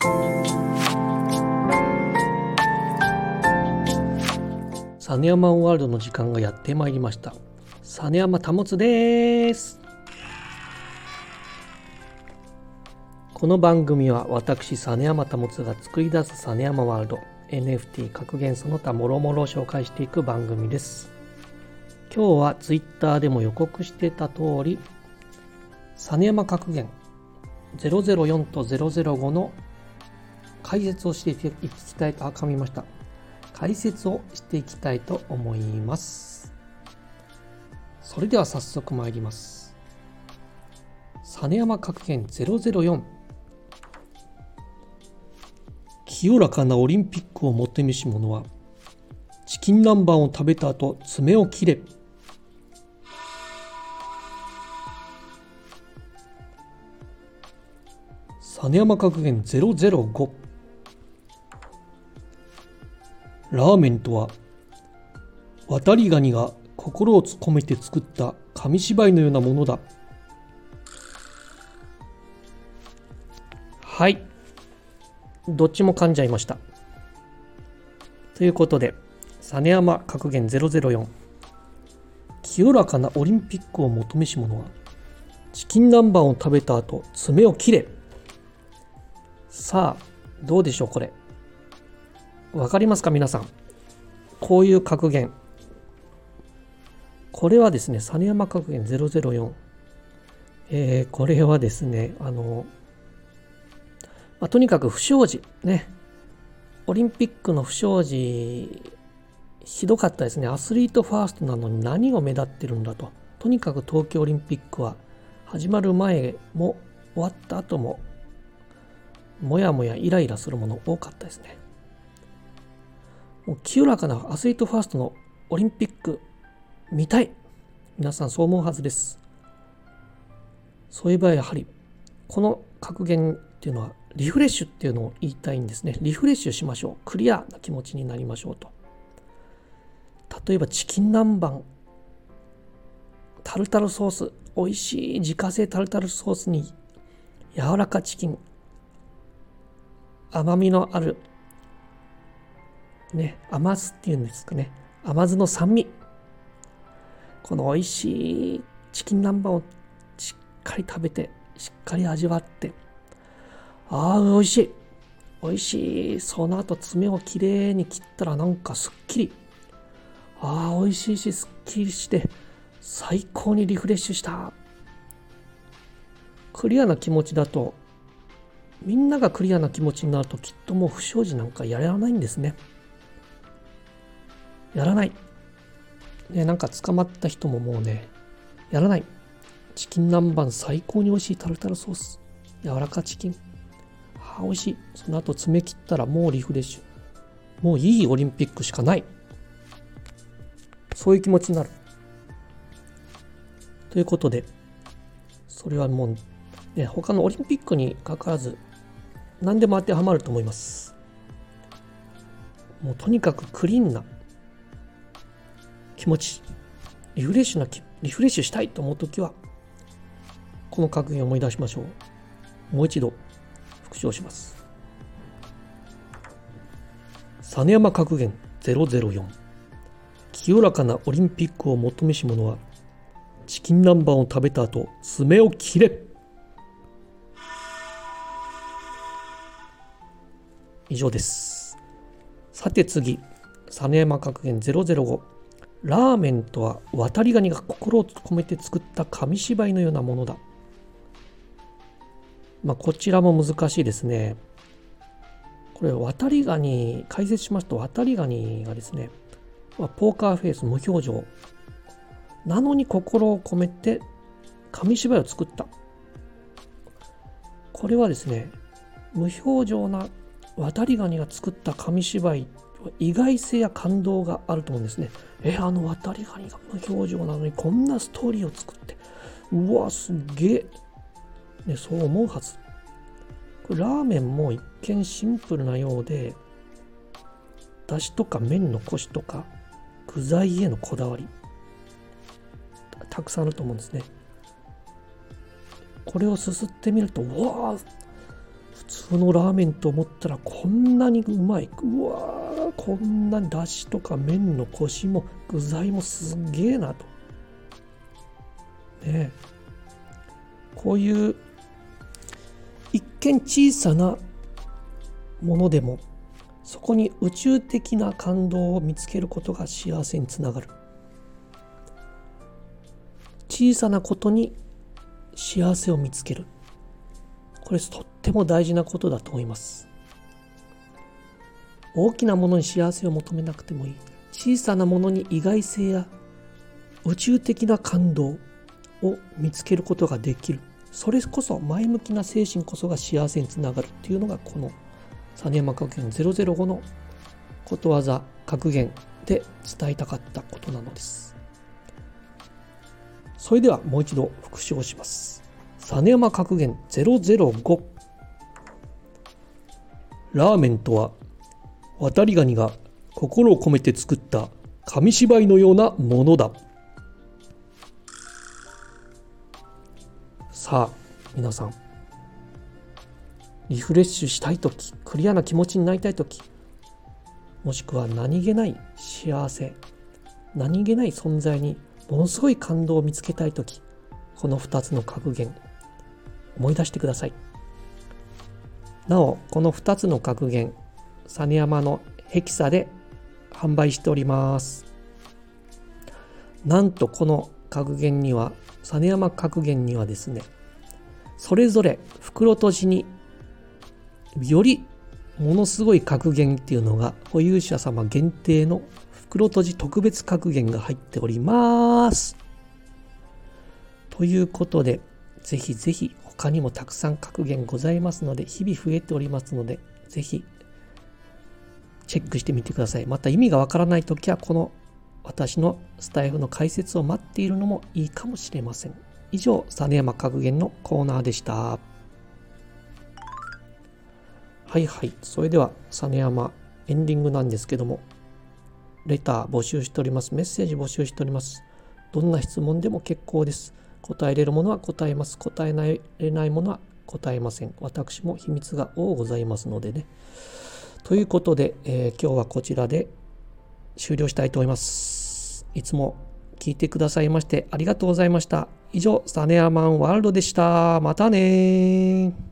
実山ワールドの時間がやってまいりました。実山保です。この番組は私実山保が作り出す実山ワールド、 NFT 格言その他もろもろを紹介していく番組です。今日はツイッターでも予告してた通り、実山格言004と005の解説をしていきたいと噛みました。解説をしていきたいと思います。それでは早速参ります。実山格言004、清らかなオリンピックをもてめし者はチキン南蛮を食べた後爪を切れ。実山格言005、ラーメンとは渡りガニが心を込めて作った紙芝居のようなものだ。はい、どっちも噛んじゃいました。ということで、実山格言004、清らかなオリンピックを求めし者はチキン南蛮を食べた後爪を切れ。さあどうでしょう。これわかりますか皆さん。こういう格言、これはですね、実山格言004、これはですね、とにかく不祥事ね、オリンピックの不祥事ひどかったですね。アスリートファーストなのに何を目立ってるんだと。とにかく東京オリンピックは始まる前も終わった後ももやもやイライラするもの多かったですね。もう清らかなアスリートファーストのオリンピック見たい、皆さんそう思うはずです。そういえばやはりこの格言っていうのはリフレッシュっていうのを言いたいんですね。リフレッシュしましょう。クリアな気持ちになりましょうと。例えばチキン南蛮、タルタルソース、美味しい自家製タルタルソースに柔らかチキン、甘みのあるね、甘酢っていうんですかね、甘酢の酸味、この美味しいチキン南蛮をしっかり食べて、しっかり味わって、美味しい美味しい。その後爪をきれいに切ったらなんかすっきり、美味しいしすっきりして最高にリフレッシュした。クリアな気持ちだと、みんながクリアな気持ちになるときっともう不祥事なんかやらないんですね。やらない。ね、なんか捕まった人ももうね、やらない。チキン南蛮最高に美味しいタルタルソース、柔らかチキン、美味しい。その後爪切ったらもうリフレッシュ。もういいオリンピックしかない。そういう気持ちになる。ということで、それはもうね、他のオリンピックに関わらず何でも当てはまると思います。もうとにかくクリーンな気持ち、リフレッシュしたいと思うときはこの格言を思い出しましょう。もう一度復唱します。実山格言004、清らかなオリンピックを求めし者はチキン南蛮を食べた後爪を切れ。以上です。さて次、実山格言005、ラーメンとは渡りガニが心を込めて作った紙芝居のようなものだ。こちらも難しいですね。これ渡りガニ、解説しますと、渡りガニがですね、ポーカーフェイス、無表情なのに心を込めて紙芝居を作った。これはですね、無表情な渡りガニが作った紙芝居、意外性や感動があると思うんですね。渡りガニが無表情なのにこんなストーリーを作って、うわすげえ、ね、そう思うはず。これラーメンも一見シンプルなようで、だしとか麺のコシとか具材へのこだわりたくさんあると思うんですね。これをすすってみると、うわー、普通のラーメンと思ったらこんなにうまい。うわー、こんなにだしとか麺のコシも具材もすげえなと。ねえ、こういう一見小さなものでもそこに宇宙的な感動を見つけることが幸せにつながる。小さなことに幸せを見つける。これとっても大事なことだと思います。大きなものに幸せを求めなくてもいい。小さなものに意外性や宇宙的な感動を見つけることができる。それこそ前向きな精神こそが幸せにつながるっていうのがこの実山格言005のことわざ格言で伝えたかったことなのです。それではもう一度復唱します。実山格言005。ラーメンとは渡りガニが心を込めて作った紙芝居のようなものだ。さあ皆さん、リフレッシュしたいとき、クリアな気持ちになりたいとき、もしくは何気ない幸せ、何気ない存在にものすごい感動を見つけたいとき、この2つの格言思い出してください。なおこの2つの格言、実山のヘキサで販売しております。なんとこの格言には、実山格言にはですね、それぞれ袋閉じによりものすごい格言っていうのが保有者様限定の袋閉じ特別格言が入っております。ということで、ぜひぜひ他にもたくさん格言ございますので、日々増えておりますので、ぜひチェックしてみてください。また意味がわからないときはこの私のスタイフの解説を待っているのもいいかもしれません。以上、実山格言のコーナーでした。はいはい、それでは実山エンディングなんですけども、レター募集しております。メッセージ募集しております。どんな質問でも結構です。答えれるものは答えます。答えられないものは答えません。私も秘密が多ございますのでね。ということで、今日はこちらで終了したいと思います。いつも聞いてくださいましてありがとうございました。以上、実山ワールドでした。またね。